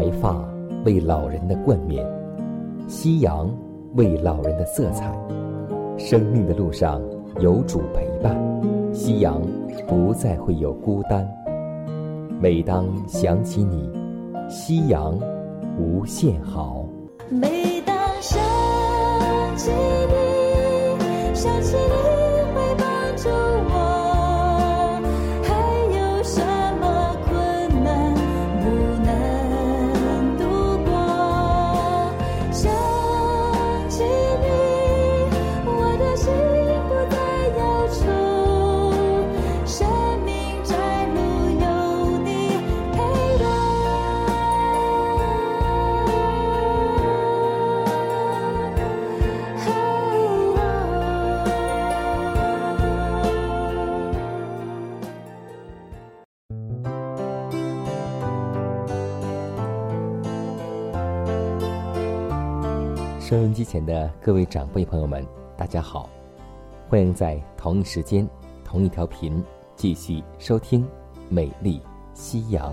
白发为老人的冠冕，夕阳为老人的色彩。生命的路上有主陪伴，夕阳不再会有孤单。每当想起你，夕阳无限好。 每当想起你，想起你会帮助我，还有什么困难不能度过？想起你，我的心不再忧愁，生命窄路有你陪伴。 收音机前的各位长辈朋友们，大家好，欢迎在同一时间同一条频继续收听美丽夕阳。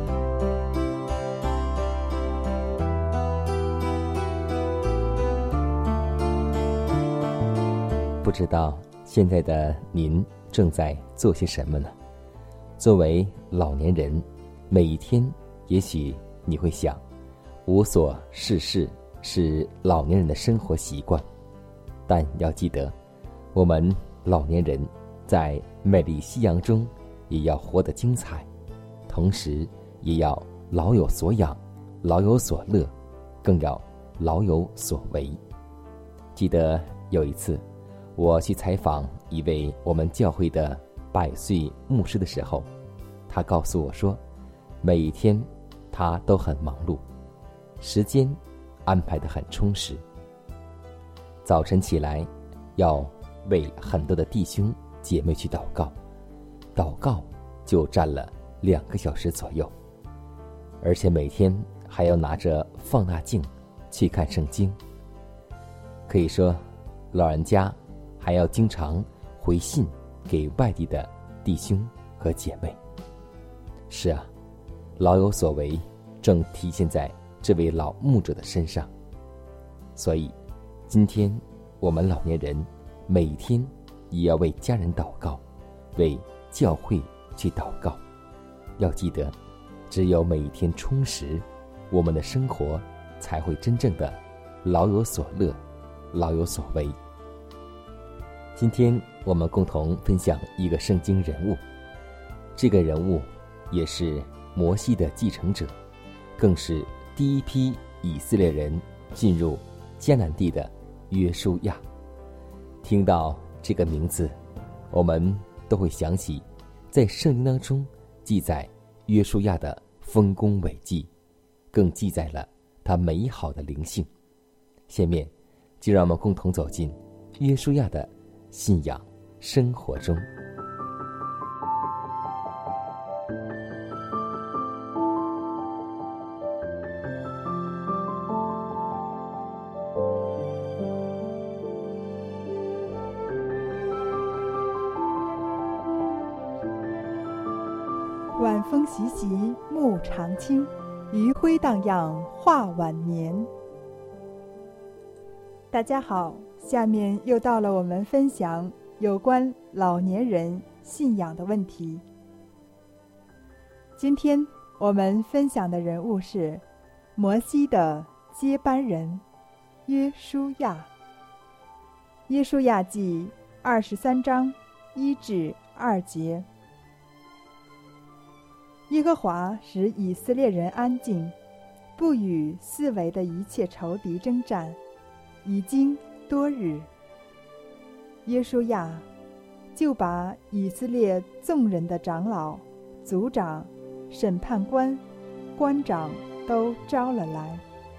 不知道现在的您正在做些什么呢？作为老年人，每一天也许你会想，无所事事是老年人的生活习惯，但要记得，我们老年人在美丽夕阳中也要活得精彩，同时也要老有所养，老有所乐，更要老有所为。记得有一次我去采访一位我们教会的100岁牧师的时候，他告诉我说，每一天他都很忙碌，时间安排得很充实。早晨起来要为很多的弟兄姐妹去祷告，祷告就占了2个小时左右，而且每天还要拿着放大镜去看圣经。可以说老人家还要经常回信给外地的弟兄和姐妹。是啊，老有所为正体现在这位老牧者的身上。所以今天我们老年人每天也要为家人祷告，为教会去祷告。要记得，只有每一天充实，我们的生活才会真正的老有所乐，老有所为。今天我们共同分享一个圣经人物，这个人物也是摩西的继承者，更是第一批以色列人进入迦南地的约书亚。听到这个名字，我们都会想起在圣经当中记载约书亚的丰功伟绩，更记载了他美好的灵性。下面就让我们共同走进约书亚的信仰生活中。 晚风习习，暮长青，余晖荡漾，画晚年。大家好，下面又到了我们分享有关老年人信仰的问题。今天我们分享的人物是摩西的接班人约书亚。约书亚记23章1至2节。耶和华使以色列人安静，不与四围的一切仇敌征战，已经多日。约书亚就把以色列众人的长老、族长、审判官、官长都招了来。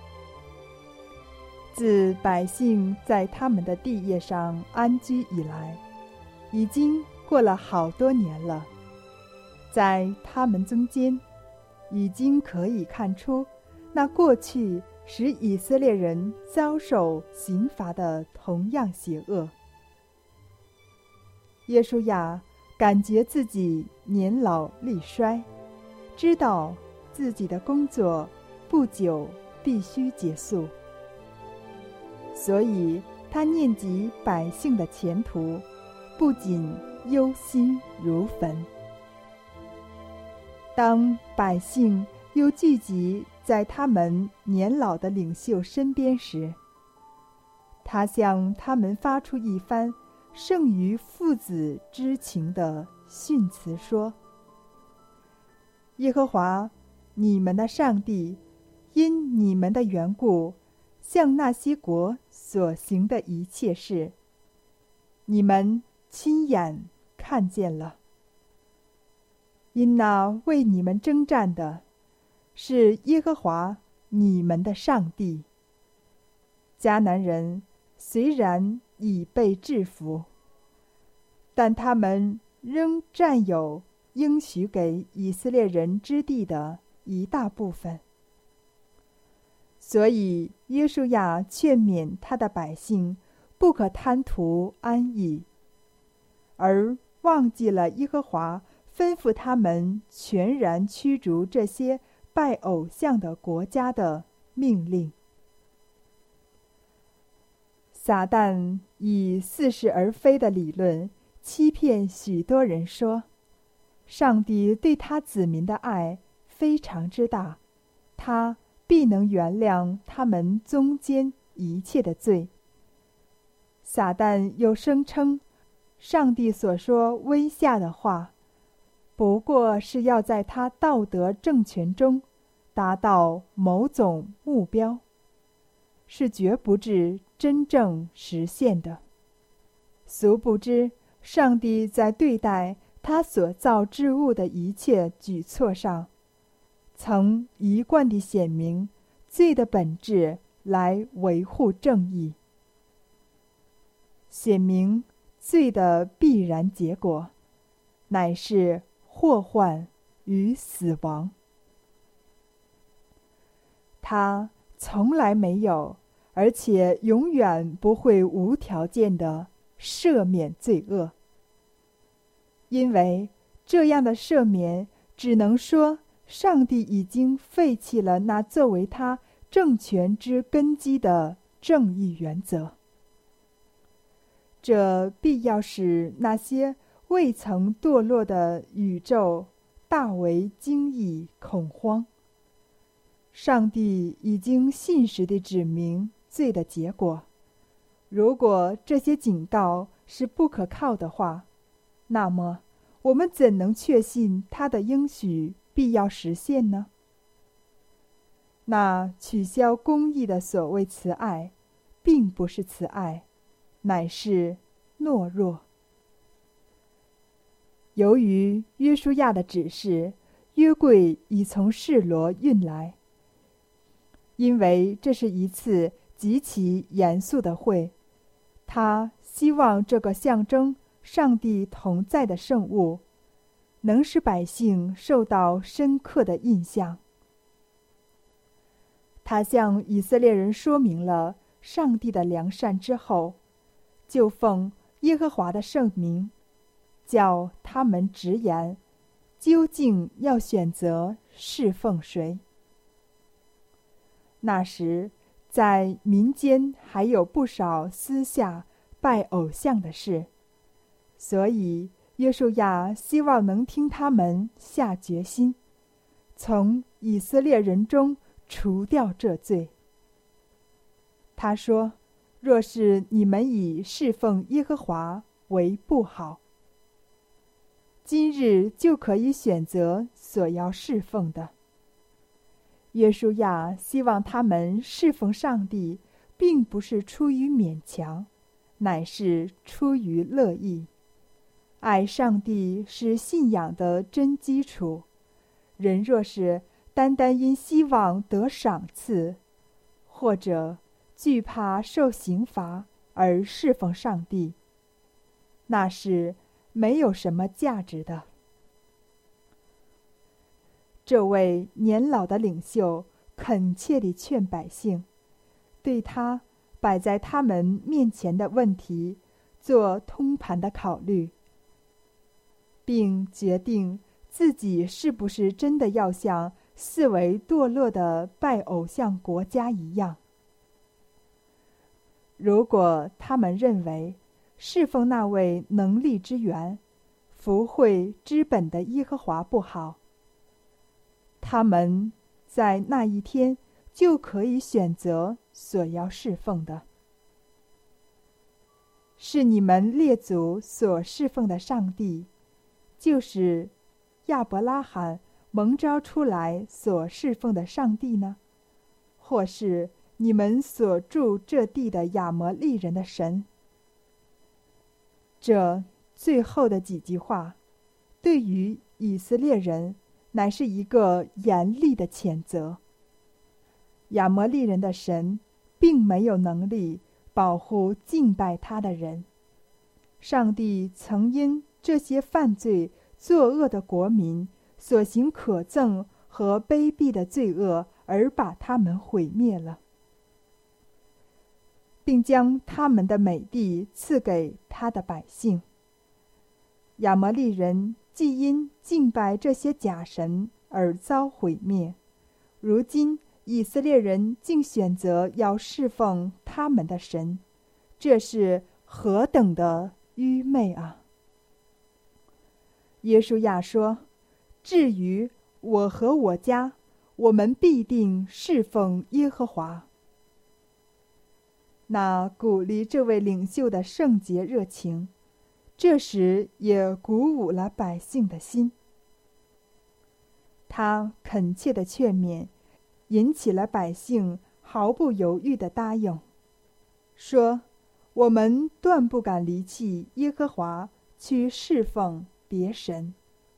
自百姓在他们的地业上安居以来，已经过了好多年了。在他们中间，已经可以看出那过去使以色列人遭受刑罚的同样邪恶。约书亚感觉自己年老力衰，知道自己的工作不久必须结束。所以他念及百姓的前途，不仅忧心如焚。当百姓又聚集在他们年老的领袖身边时，他向他们发出一番胜于父子之情的训词说：耶和华你们的上帝因你们的缘故向那些国所行的一切事，你们亲眼看见了。因那为你们征战的是耶和华你们的上帝。迦南人虽然已被制服，但他们仍占有应许给以色列人之地的一大部分。所以约书亚劝勉他的百姓不可贪图安逸，而忘记了耶和华吩咐他们全然驱逐这些拜偶像的国家的命令。撒旦以似是而非的理论欺骗许多人说，上帝对他子民的爱非常之大，他必能原谅他们中间一切的罪。撒旦又声称，上帝所说威吓的话，不过是要在他道德政权中达到某种目标，是绝不至真正实现的。殊不知，上帝在对待他所造之物的一切举措上，曾一贯地显明罪的本质来维护正义，显明罪的必然结果乃是祸患与死亡。他从来没有，而且永远不会无条件地赦免罪恶，因为这样的赦免只能说上帝已经废弃了那作为他政权之根基的正义原则。这必要使那些未曾堕落的宇宙大为惊异恐慌。上帝已经信实地指明罪的结果，如果这些警告是不可靠的话，那么我们怎能确信他的应许必要实现呢？那取消公义的所谓慈爱，并不是慈爱，乃是懦弱。由于约书亚的指示，约柜已从示罗运来。因为这是一次极其严肃的会，他希望这个象征上帝同在的圣物能使百姓受到深刻的印象。他向以色列人说明了上帝的良善之后，就奉耶和华的圣名，叫他们直言究竟要选择侍奉谁。那时在民间还有不少私下拜偶像的事，所以约书亚希望能听他们下决心，从以色列人中除掉这罪。他说，若是你们以侍奉耶和华为不好，今日就可以选择所要侍奉的。约书亚希望他们侍奉上帝，并不是出于勉强，乃是出于乐意。爱上帝是信仰的真基础，人若是单单因希望得赏赐，或者惧怕受刑罚而侍奉上帝，那是没有什么价值的。这位年老的领袖恳切地劝百姓，对他摆在他们面前的问题做通盘的考虑，并决定自己是不是真的要向四维堕落的拜偶像国家一样。如果他们认为侍奉那位能力之源、福惠之本的耶和华不好，他们在那一天就可以选择所要侍奉的。是你们列祖所侍奉的上帝，就是亚伯拉罕蒙召出来所侍奉的上帝呢？或是你们所住这地的亚摩利人的神？这最后的几句话，对于以色列人乃是一个严厉的谴责。亚摩利人的神并没有能力保护敬拜他的人。上帝曾因这些犯罪作恶的国民所行可憎和卑鄙的罪恶而把他们毁灭了，并将他们的美地赐给他的百姓。亚摩利人既因敬拜这些假神而遭毁灭，如今以色列人竟选择要侍奉他们的神，这是何等的愚昧啊！耶稣亚说：至于我和我家，我们必定侍奉耶和华。那鼓励这位领袖的圣洁热情，这时也鼓舞了百姓的心。他恳切的劝勉，引起了百姓毫不犹豫的答应，说：我们断不敢离弃耶和华，去侍奉别神。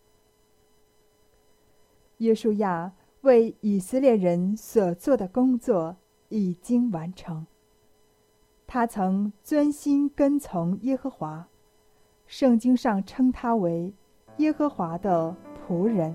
约书亚为以色列人所做的工作已经完成。他曾专心跟从耶和华，圣经上称他为耶和华的仆人。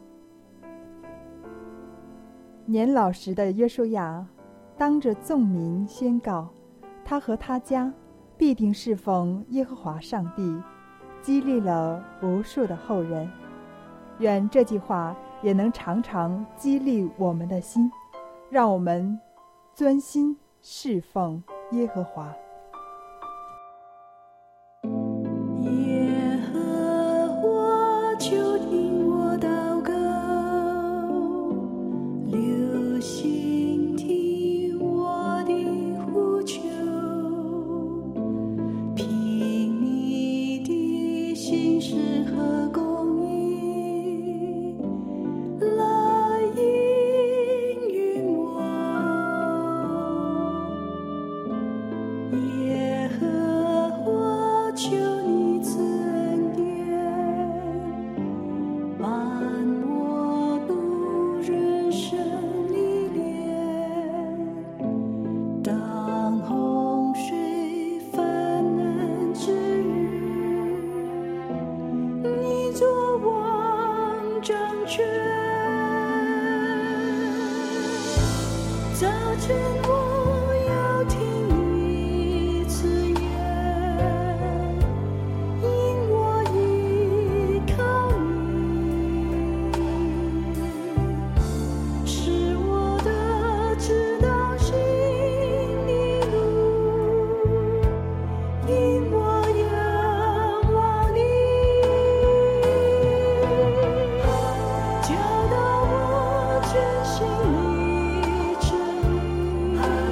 年老时的约书亚当着众民宣告，他和他家必定侍奉耶和华上帝，激励了无数的后人。愿这句话也能常常激励我们的心，让我们专心侍奉耶和华。 耶和华，求听我祷告，留心听我的呼求，凭你的信实和公义来应允我。耶和华，求你赐恩典，伴我度人生历练。当洪水泛滥之日，你作王掌权。早晨我要听你赐言，因我依靠你，是我的指导心的路，因我仰望你，教导我遵行你旨意。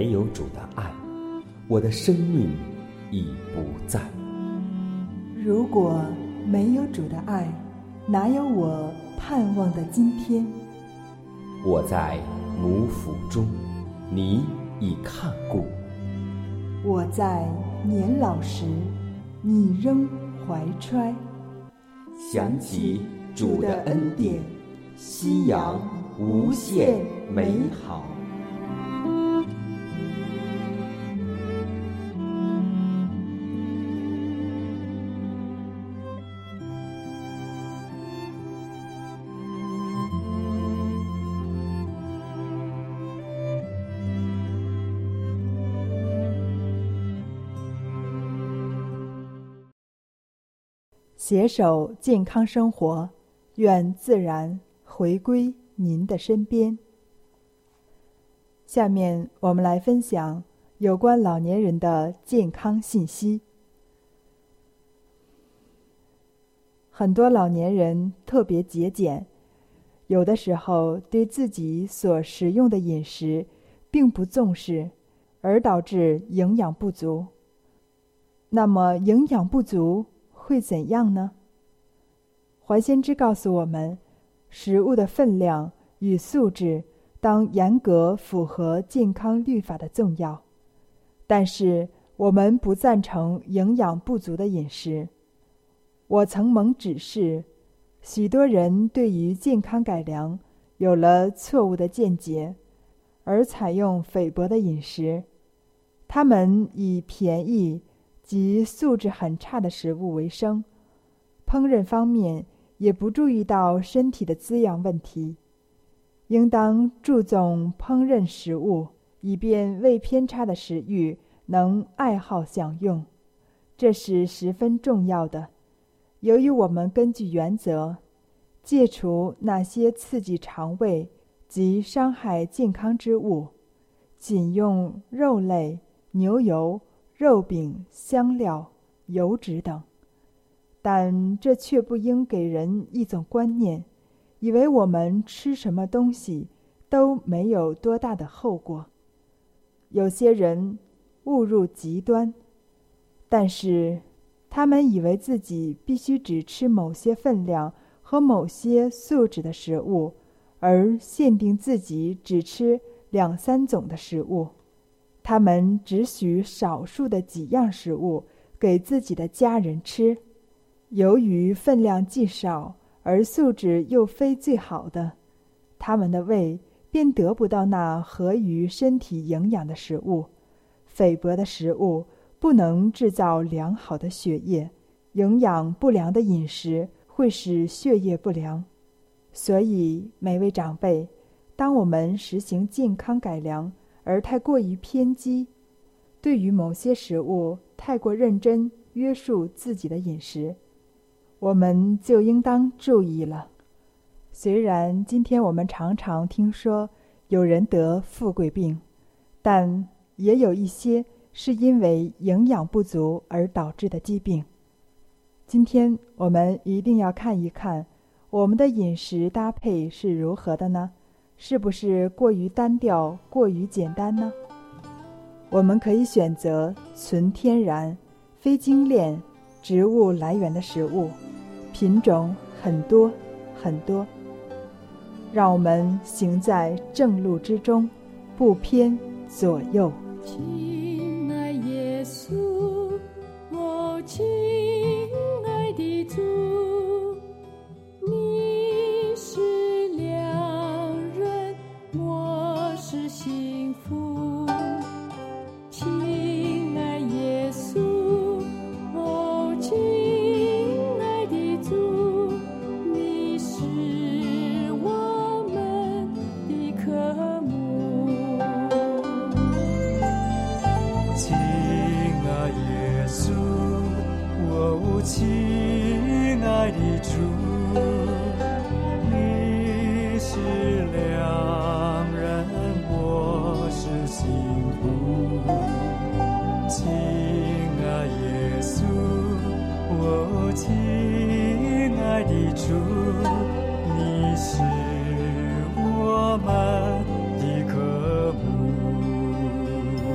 没有主的爱，我的生命已不在。 如果没有主的爱，哪有我盼望的今天？ 我在母腹中，你已看顾； 我在年老时，你仍怀揣。 想起主的恩典，夕阳无限美好。 携手健康生活，愿自然回归您的身边。下面我们来分享有关老年人的健康信息。很多老年人特别节俭，有的时候对自己所食用的饮食并不重视，而导致营养不足。那么营养不足会怎样呢？怀先知告诉我们，食物的分量与素质当严格符合健康律法的重要，但是我们不赞成营养不足的饮食。我曾蒙指示，许多人对于健康改良有了错误的见解，而采用菲薄的饮食。他们以便宜及素质很差的食物为生，烹饪方面也不注意到身体的滋养问题。应当注重烹饪食物，以便为偏差的食欲能爱好享用，这是十分重要的。由于我们根据原则，戒除那些刺激肠胃及伤害健康之物，仅用肉类、牛油、肉饼、香料、油脂等。但这却不应给人一种观念，以为我们吃什么东西都没有多大的后果。有些人误入极端，但是他们以为自己必须只吃某些分量和某些素质的食物，而限定自己只吃2-3种的食物。他们只许少数的几样食物给自己的家人吃，由于分量既少而素质又非最好的，他们的胃便得不到那合于身体营养的食物。菲薄的食物不能制造良好的血液，营养不良的饮食会使血液不良。所以每位长辈，当我们实行健康改良而太过于偏激，对于某些食物太过认真约束自己的饮食，我们就应当注意了。虽然今天我们常常听说有人得富贵病，但也有一些是因为营养不足而导致的疾病。今天我们一定要看一看我们的饮食搭配是如何的呢？是不是过于单调、过于简单呢？我们可以选择纯天然、非精炼、植物来源的食物，品种很多很多。让我们行在正路之中，不偏左右。 亲爱耶稣，我亲爱的主，你是良人，我是幸福。亲爱耶稣，哦，亲爱的主，你是我们的渴慕。 亲爱耶稣，哦，亲爱的主，你是良人，我是幸福。亲爱耶稣，哦，亲爱的主，你是我们的渴慕。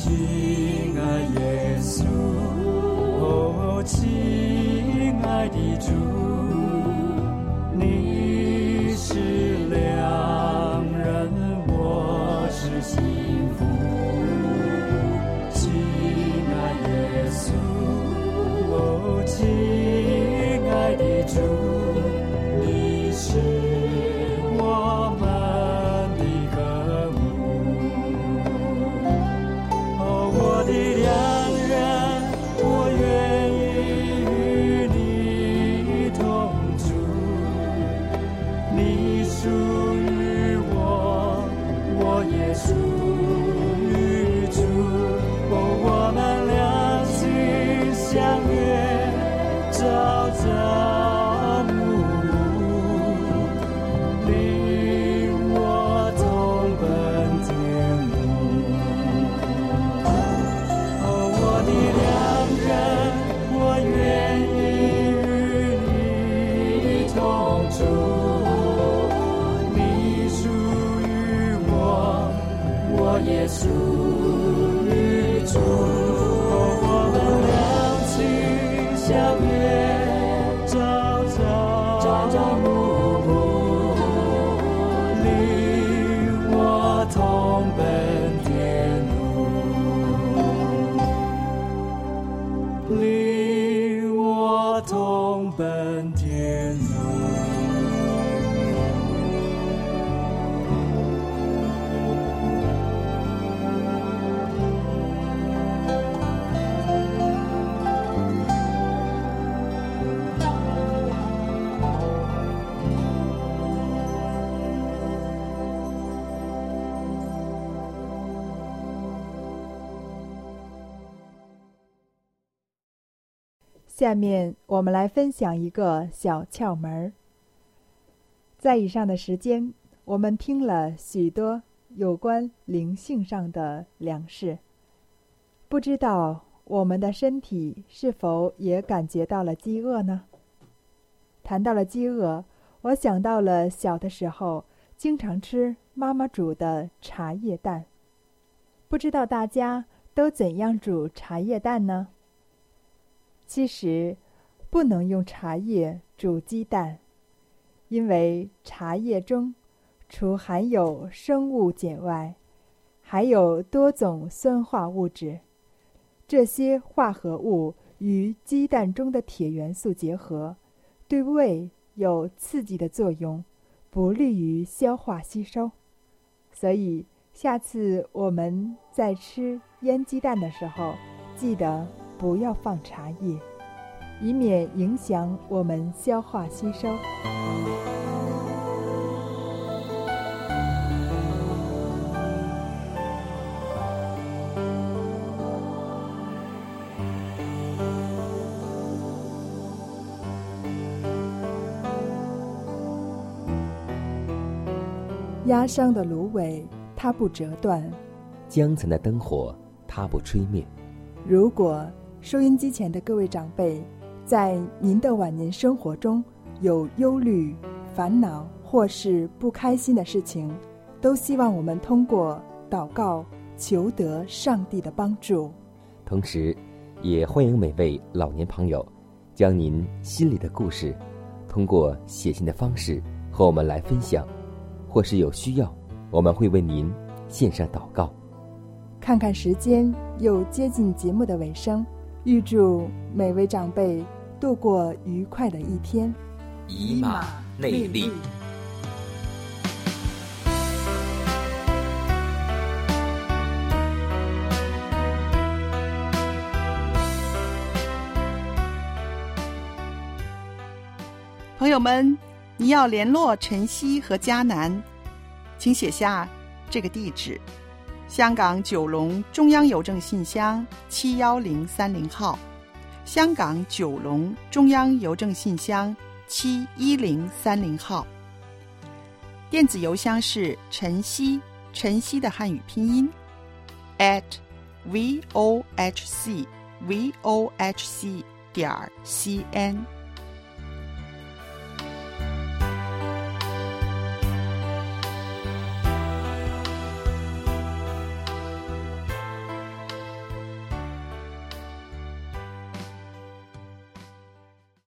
亲爱耶稣，哦，亲爱的主，你是良人，我是幸福。亲爱耶稣，哦，亲爱的主，你是我们的歌舞。哦，我的良人，我愿意与你同住。你属于我，我也属于主。哦，我们两心相约，朝朝暮暮，领我同奔天路。哦，我的良人，我愿意与你同住。你属于我，我也属于主。哦，我们两情相约，朝朝暮暮，领我同奔天路，领我同奔天路。 下面我们来分享一个小窍门儿。在以上的时间，我们听了许多有关灵性上的粮食，不知道我们的身体是否也感觉到了饥饿呢？谈到了饥饿，我想到了小的时候经常吃妈妈煮的茶叶蛋。不知道大家都怎样煮茶叶蛋呢？其实不能用茶叶煮鸡蛋，因为茶叶中除含有生物碱外，还有多种酸化物质。这些化合物与鸡蛋中的铁元素结合，对胃有刺激的作用，不利于消化吸收。所以下次我们在吃腌鸡蛋的时候，记得不要放茶叶，以免影响我们消化吸收。压伤的芦苇它不折断， 江城的灯火它不吹灭。 如果收音机前的各位长辈在您的晚年生活中有忧虑、烦恼或是不开心的事情，都希望我们通过祷告求得上帝的帮助。 同时也欢迎每位老年朋友将您心里的故事通过写信的方式和我们来分享，或是有需要，我们会为您献上祷告。 看看时间又接近节目的尾声，预祝每位长辈度过愉快的一天。 以马内利。 朋友们，你要联络晨曦和迦南，请写下这个地址：香港九龙中央邮政信箱71030号，香港九龙中央邮政信箱71030号。电子邮箱是晨曦，晨曦的汉语拼音@vohc.cn。